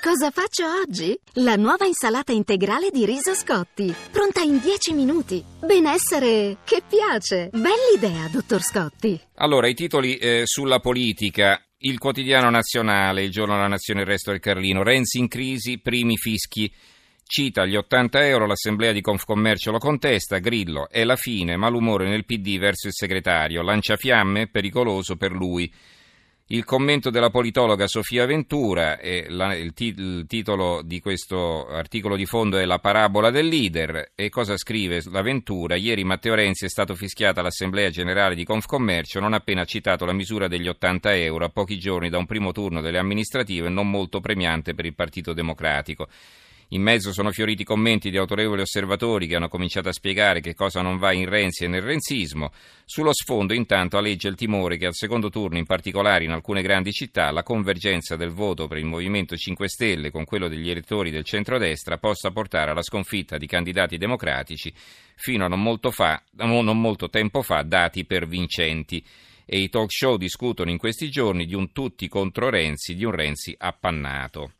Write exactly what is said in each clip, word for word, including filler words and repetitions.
Cosa faccio oggi? La nuova insalata integrale di riso Scotti, pronta in dieci minuti. Benessere che piace. Bell'idea, dottor Scotti. Allora, i titoli eh, sulla politica. Il Quotidiano Nazionale, il Giorno della Nazione, il Resto del Carlino. Renzi in crisi, primi fischi. Cita gli ottanta euro, l'assemblea di Confcommercio lo contesta, Grillo è la fine, malumore nel P D verso il segretario, lanciafiamme, pericoloso per lui. Il commento della politologa Sofia Ventura, e la, il, tit- il titolo di questo articolo di fondo è La parabola del leader. E cosa scrive la Ventura? Ieri Matteo Renzi è stato fischiato all'assemblea generale di Confcommercio non appena citato la misura degli ottanta euro a pochi giorni da un primo turno delle amministrative non molto premiante per il Partito Democratico. In mezzo sono fioriti commenti di autorevoli osservatori che hanno cominciato a spiegare che cosa non va in Renzi e nel renzismo. Sullo sfondo intanto aleggia il timore che al secondo turno, in particolare in alcune grandi città, la convergenza del voto per il Movimento cinque Stelle con quello degli elettori del centrodestra possa portare alla sconfitta di candidati democratici fino a non molto, fa, non molto tempo fa dati per vincenti. E i talk show discutono in questi giorni di un tutti contro Renzi, di un Renzi appannato.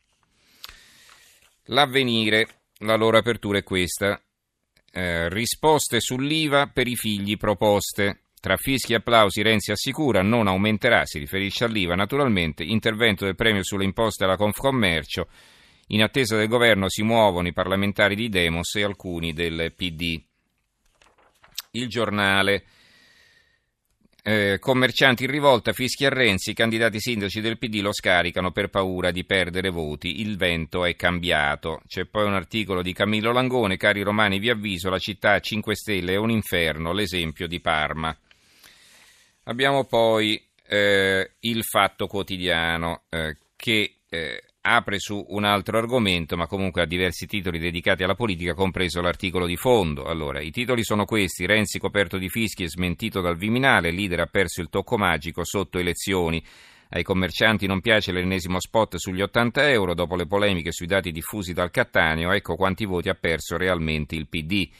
L'Avvenire, la loro apertura è questa, eh, risposte sull'I V A per i figli proposte, tra fischi e applausi Renzi assicura non aumenterà, si riferisce all'I V A naturalmente, intervento del premio sulle imposte alla Confcommercio, in attesa del governo si muovono i parlamentari di Demos e alcuni del P D. Il Giornale. Eh, commercianti in rivolta, fischi a Renzi, i candidati sindaci del P D lo scaricano per paura di perdere voti, il vento è cambiato. C'è poi un articolo di Camillo Langone, cari romani vi avviso, la città a cinque Stelle è un inferno, l'esempio di Parma. Abbiamo poi eh, il Fatto Quotidiano eh, che eh, apre su un altro argomento, ma comunque ha diversi titoli dedicati alla politica, compreso l'articolo di fondo. Allora, i titoli sono questi: Renzi coperto di fischi e smentito dal Viminale, leader ha perso il tocco magico sotto elezioni. Ai commercianti non piace l'ennesimo spot sugli ottanta euro, dopo le polemiche sui dati diffusi dal Cattaneo, ecco quanti voti ha perso realmente il P D.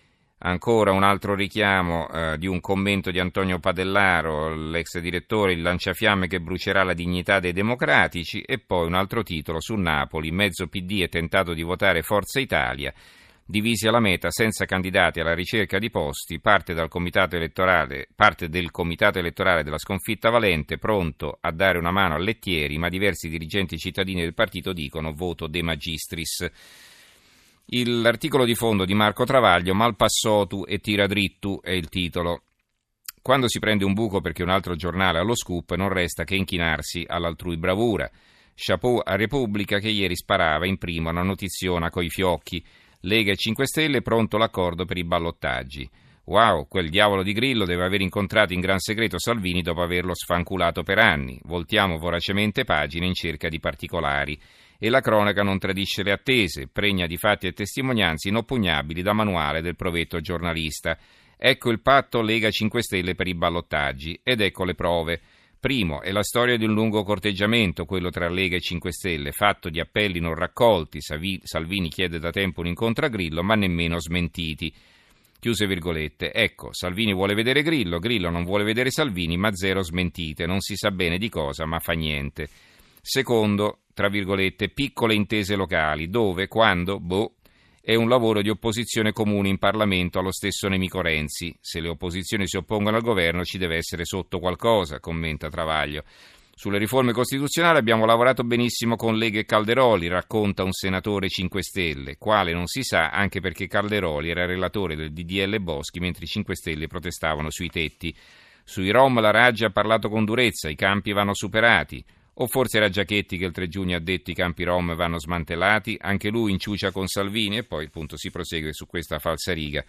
Ancora un altro richiamo eh, di un commento di Antonio Padellaro, l'ex direttore, il lanciafiamme che brucerà la dignità dei democratici, e poi un altro titolo su Napoli, mezzo P D è tentato di votare Forza Italia, divisi alla meta senza candidati alla ricerca di posti, parte, dal comitato elettorale, parte del comitato elettorale della sconfitta Valente, pronto a dare una mano a Lettieri, ma diversi dirigenti cittadini del partito dicono voto De Magistris. L'articolo di fondo di Marco Travaglio, Malpassotu e tira drittu è il titolo. Quando si prende un buco perché un altro giornale ha lo scoop non resta che inchinarsi all'altrui bravura. Chapeau a Repubblica che ieri sparava in prima una notiziona coi fiocchi. Lega e cinque Stelle pronto l'accordo per i ballottaggi. Wow, quel diavolo di Grillo deve aver incontrato in gran segreto Salvini dopo averlo sfanculato per anni. Voltiamo voracemente pagine in cerca di particolari. E la cronaca non tradisce le attese, pregna di fatti e testimonianze inoppugnabili da manuale del provetto giornalista. Ecco il patto Lega cinque Stelle per i ballottaggi, ed ecco le prove. Primo, è la storia di un lungo corteggiamento, quello tra Lega e cinque Stelle, fatto di appelli non raccolti, Salvini chiede da tempo un incontro a Grillo, ma nemmeno smentiti. Chiuse virgolette. Ecco, Salvini vuole vedere Grillo, Grillo non vuole vedere Salvini, ma zero smentite, non si sa bene di cosa, ma fa niente. Secondo, tra virgolette, piccole intese locali, dove, quando, boh, è un lavoro di opposizione comune in Parlamento allo stesso nemico Renzi. Se le opposizioni si oppongono al governo ci deve essere sotto qualcosa, commenta Travaglio. Sulle riforme costituzionali abbiamo lavorato benissimo con Lega e Calderoli, racconta un senatore cinque Stelle, quale non si sa anche perché Calderoli era relatore del D D L Boschi mentre i cinque Stelle protestavano sui tetti. Sui Rom la Raggi ha parlato con durezza, i campi vanno superati. O forse era Giachetti che il tre giugno ha detto i campi Rom vanno smantellati, anche lui inciucia con Salvini e poi appunto si prosegue su questa falsariga.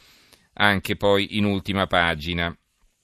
Anche poi in ultima pagina.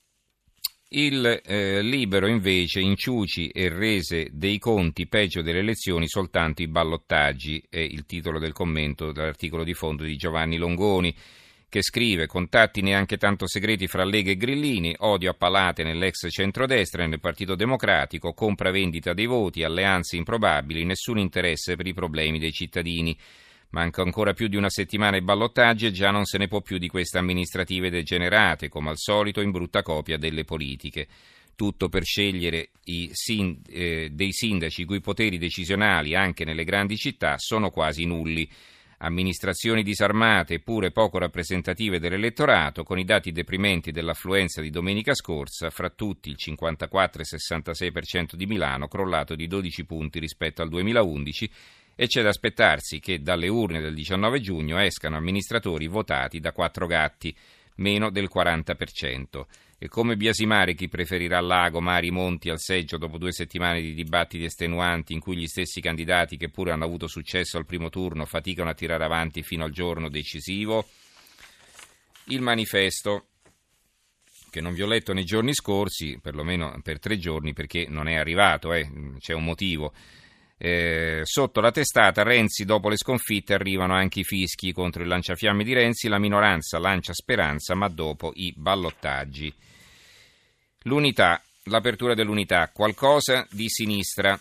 Il eh, Libero invece inciuci e rese dei conti peggio delle elezioni soltanto i ballottaggi, è il titolo del commento dell'articolo di fondo di Giovanni Longoni, che scrive contatti neanche tanto segreti fra Lega e Grillini, odio a palate nell'ex centrodestra e nel Partito Democratico, compravendita dei voti, alleanze improbabili, nessun interesse per i problemi dei cittadini. Manca ancora più di una settimana ai ballottaggi e già non se ne può più di queste amministrative degenerate, come al solito in brutta copia delle politiche. tutto per scegliere i sind- eh, dei sindaci i cui poteri decisionali anche nelle grandi città sono quasi nulli. Amministrazioni disarmate eppure poco rappresentative dell'elettorato, con i dati deprimenti dell'affluenza di domenica scorsa, fra tutti il cinquantaquattro virgola sessantasei per cento di Milano, crollato di dodici punti rispetto al duemilaundici, e c'è da aspettarsi che dalle urne del diciannove giugno escano amministratori votati da quattro gatti, meno del quaranta per cento. E come biasimare chi preferirà lago, mari, monti al seggio dopo due settimane di dibattiti estenuanti in cui gli stessi candidati, che pure hanno avuto successo al primo turno, faticano a tirare avanti fino al giorno decisivo? Il Manifesto, che non vi ho letto nei giorni scorsi, perlomeno per tre giorni, perché non è arrivato, eh, c'è un motivo. Eh, sotto la testata Renzi, dopo le sconfitte arrivano anche i fischi contro il lanciafiamme di Renzi, la minoranza lancia speranza ma dopo i ballottaggi. L'unità, l'apertura dell'unità, qualcosa di sinistra,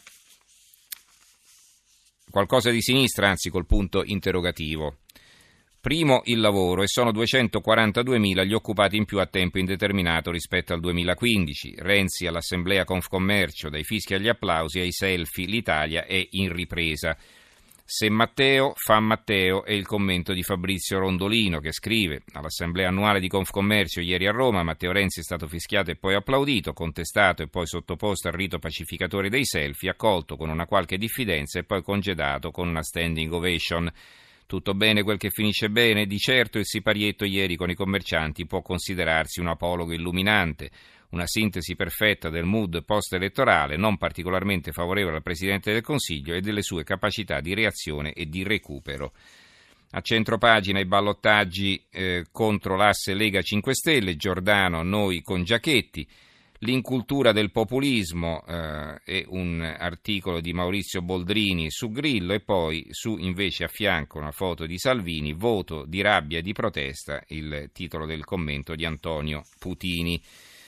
qualcosa di sinistra anzi col punto interrogativo. Primo il lavoro, e sono duecentoquarantaduemila gli occupati in più a tempo indeterminato rispetto al duemilaquindici. Renzi all'assemblea Confcommercio, dai fischi agli applausi ai selfie, l'Italia è in ripresa. Se Matteo fa Matteo è il commento di Fabrizio Rondolino, che scrive: all'assemblea annuale di Confcommercio ieri a Roma Matteo Renzi è stato fischiato e poi applaudito, contestato e poi sottoposto al rito pacificatore dei selfie, accolto con una qualche diffidenza e poi congedato con una standing ovation. Tutto bene quel che finisce bene? Di certo il siparietto ieri con i commercianti può considerarsi un apologo illuminante, una sintesi perfetta del mood post-elettorale, non particolarmente favorevole al Presidente del Consiglio e delle sue capacità di reazione e di recupero. A centropagina i ballottaggi eh, contro l'asse Lega cinque Stelle, Giordano, noi con Giachetti. L'incultura del populismo eh, è un articolo di Maurizio Boldrini su Grillo, e poi su invece a fianco una foto di Salvini, voto di rabbia e di protesta, il titolo del commento di Antonio Putini.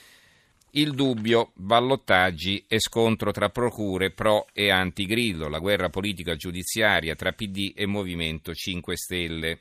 Il dubbio, ballottaggi e scontro tra procure pro e anti-Grillo, la guerra politica giudiziaria tra P D e Movimento cinque Stelle.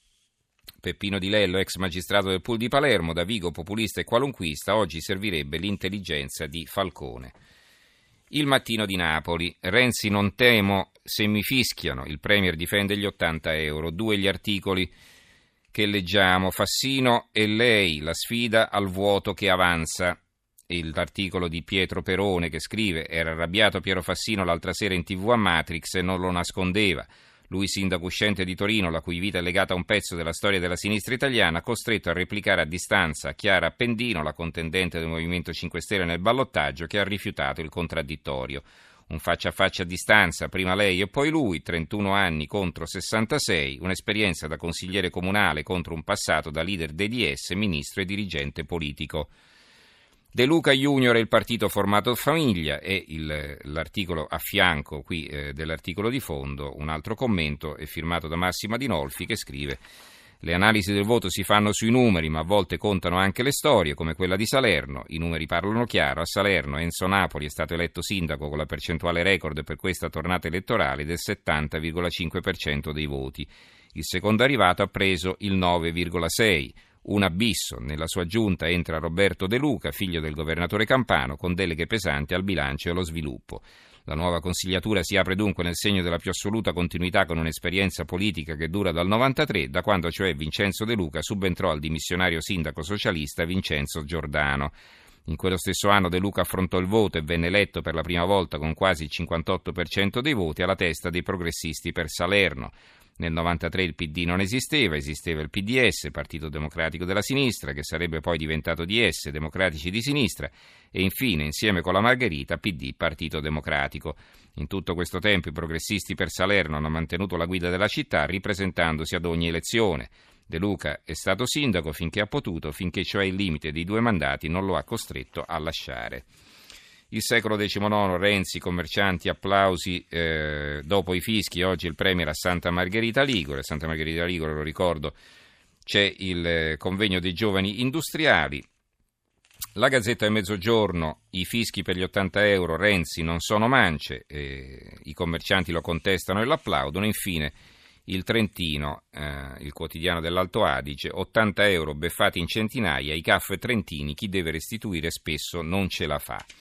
Peppino Di Lello, ex magistrato del Pool di Palermo, da Vigo populista e qualunquista, oggi servirebbe l'intelligenza di Falcone. Il Mattino di Napoli, Renzi non temo se mi fischiano, il premier difende gli ottanta euro, due gli articoli che leggiamo, Fassino e lei, la sfida al vuoto che avanza. E l'articolo di Pietro Perone che scrive: era arrabbiato Piero Fassino l'altra sera in tv a Matrix e non lo nascondeva. Lui, sindaco uscente di Torino, la cui vita è legata a un pezzo della storia della sinistra italiana, costretto a replicare a distanza a Chiara Appendino, la contendente del Movimento cinque Stelle nel ballottaggio, che ha rifiutato il contraddittorio. Un faccia a faccia a distanza, prima lei e poi lui, trentuno anni contro sessantasei, un'esperienza da consigliere comunale contro un passato da leader dei D S, ministro e dirigente politico. De Luca Junior e il partito formato famiglia, e il, l'articolo a fianco qui eh, dell'articolo di fondo, un altro commento è firmato da Massimo Adinolfi, che scrive: le analisi del voto si fanno sui numeri, ma a volte contano anche le storie, come quella di Salerno. I numeri parlano chiaro. A Salerno Enzo Napoli è stato eletto sindaco con la percentuale record per questa tornata elettorale del settanta virgola cinque per cento dei voti. Il secondo arrivato ha preso il nove virgola sei per cento. Un abisso, nella sua giunta entra Roberto De Luca, figlio del governatore campano, con deleghe pesanti al bilancio e allo sviluppo. La nuova consigliatura si apre dunque nel segno della più assoluta continuità con un'esperienza politica che dura dal novantatré, da quando cioè Vincenzo De Luca subentrò al dimissionario sindaco socialista Vincenzo Giordano. In quello stesso anno De Luca affrontò il voto e venne eletto per la prima volta con quasi il cinquantotto per cento dei voti alla testa dei progressisti per Salerno. Nel novantatré il P D non esisteva, esisteva il P D S, Partito Democratico della Sinistra, che sarebbe poi diventato D S, Democratici di Sinistra, e infine, insieme con la Margherita, P D, Partito Democratico. In tutto questo tempo i progressisti per Salerno hanno mantenuto la guida della città, ripresentandosi ad ogni elezione. De Luca è stato sindaco finché ha potuto, finché cioè il limite dei due mandati non lo ha costretto a lasciare. Il secolo diciannove, Renzi, commercianti, applausi eh, dopo i fischi. Oggi il premier a Santa Margherita Ligure. A Santa Margherita Ligure, lo ricordo, c'è il eh, convegno dei giovani industriali. La Gazzetta del Mezzogiorno, i fischi per gli ottanta euro, Renzi non sono mance, eh, i commercianti lo contestano e lo applaudono. Infine Il Trentino, eh, il quotidiano dell'Alto Adige, ottanta euro beffati in centinaia, i caffè trentini, chi deve restituire spesso non ce la fa.